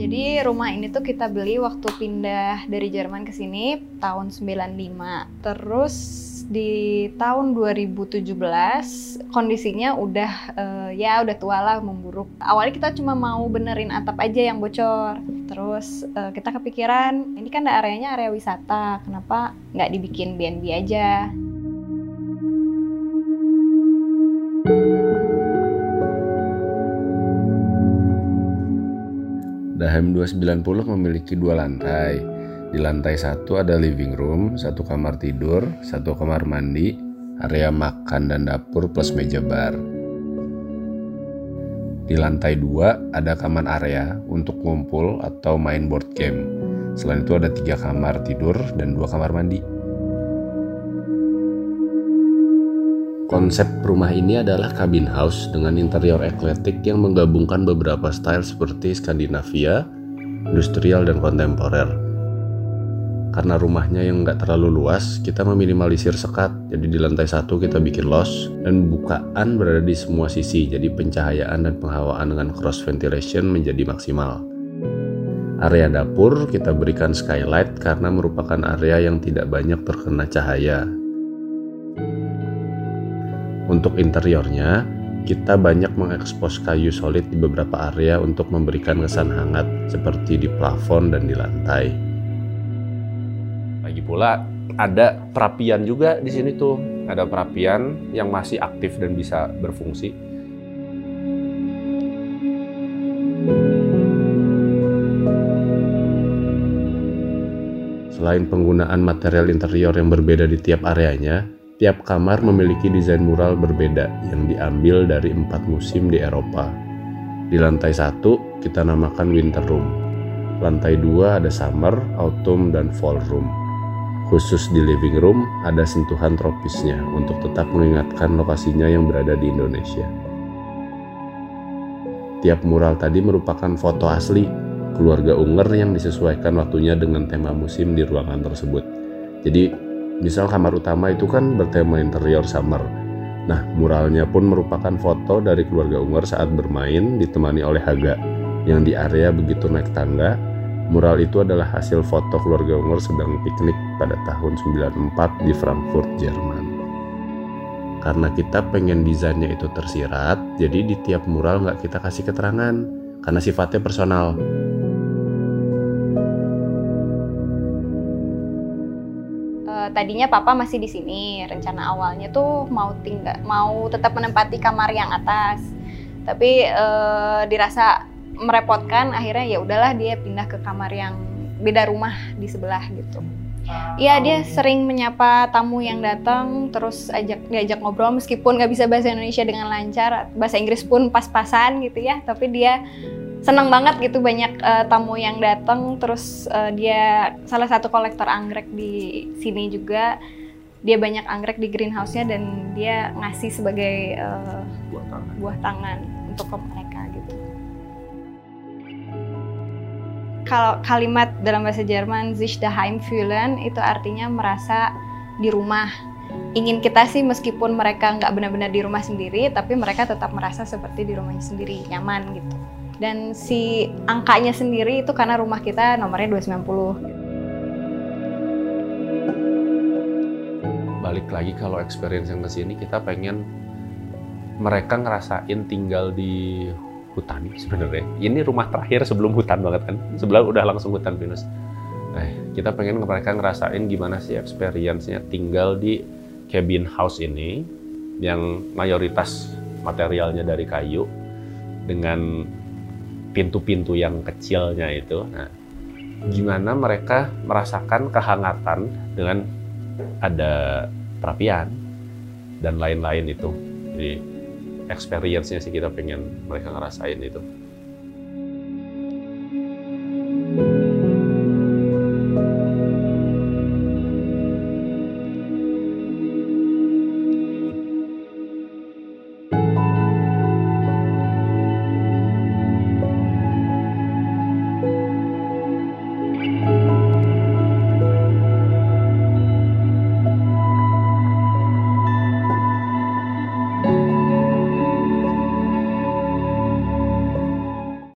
Jadi rumah ini tuh kita beli waktu pindah dari Jerman ke sini tahun 95. Terus di tahun 2017 kondisinya udah udah tua lah, memburuk. Awalnya kita cuma mau benerin atap aja yang bocor. Terus kita kepikiran, ini kan areanya area wisata, kenapa nggak dibikin B&B aja? Dahem 290 memiliki 2 lantai. Di lantai 1 ada living room, 1 kamar tidur, 1 kamar mandi, area makan dan dapur plus meja bar. Di lantai 2 ada common area untuk ngumpul atau main board game. Selain itu ada 3 kamar tidur dan 2 kamar mandi. Konsep rumah ini adalah cabin house dengan interior ekletik yang menggabungkan beberapa style seperti Skandinavia, industrial, dan kontemporer. Karena rumahnya yang nggak terlalu luas, kita meminimalisir sekat. Jadi di lantai 1 kita bikin loft dan bukaan berada di semua sisi. Jadi pencahayaan dan penghawaan dengan cross ventilation menjadi maksimal. Area dapur kita berikan skylight karena merupakan area yang tidak banyak terkena cahaya. Untuk interiornya, kita banyak mengekspos kayu solid di beberapa area untuk memberikan kesan hangat seperti di plafon dan di lantai. Lagi pula ada perapian juga di sini tuh. Ada perapian yang masih aktif dan bisa berfungsi. Selain penggunaan material interior yang berbeda di tiap areanya, tiap kamar memiliki desain mural berbeda yang diambil dari 4 musim di Eropa. Di lantai 1 kita namakan winter room. Lantai 2 ada summer, autumn, dan fall room. Khusus di living room ada sentuhan tropisnya untuk tetap mengingatkan lokasinya yang berada di Indonesia. Tiap mural tadi merupakan foto asli keluarga Unger yang disesuaikan waktunya dengan tema musim di ruangan tersebut. Jadi misal kamar utama itu kan bertema interior summer. Nah, muralnya pun merupakan foto dari keluarga Unger saat bermain ditemani oleh Haga, yang di area begitu naik tangga. Mural itu adalah hasil foto keluarga Unger sedang piknik pada tahun 94 di Frankfurt, Jerman. Karena kita pengen desainnya itu tersirat, jadi di tiap mural nggak kita kasih keterangan, karena sifatnya personal. Tadinya papa masih di sini. Rencana awalnya tuh mau tetap menempati kamar yang atas. Tapi dirasa merepotkan, akhirnya ya udahlah dia pindah ke kamar yang beda rumah di sebelah gitu. Iya, dia sering menyapa tamu yang datang, terus diajak ngobrol meskipun nggak bisa bahasa Indonesia dengan lancar, bahasa Inggris pun pas-pasan gitu ya. Tapi dia senang banget gitu, banyak tamu yang datang. Terus dia salah satu kolektor anggrek di sini juga. Dia banyak anggrek di greenhouse-nya dan dia ngasih sebagai buah tangan untuk ke mereka gitu. Kalau kalimat dalam bahasa Jerman sich daheim fühlen itu artinya merasa di rumah. Ingin kita sih meskipun mereka nggak benar-benar di rumah sendiri, tapi mereka tetap merasa seperti di rumahnya sendiri, nyaman gitu. Dan si angkanya sendiri itu karena rumah kita nomornya 290. Balik lagi kalau experience yang kesini, kita pengen mereka ngerasain tinggal di hutan sebenarnya. Ini rumah terakhir sebelum hutan banget kan. Sebelah udah langsung hutan pinus. Kita pengen mereka ngerasain gimana sih experience-nya tinggal di cabin house ini yang mayoritas materialnya dari kayu dengan pintu-pintu yang kecilnya itu. Nah, gimana mereka merasakan kehangatan dengan ada perapian dan lain-lain itu. Jadi experience-nya sih kita pengen mereka ngerasain itu.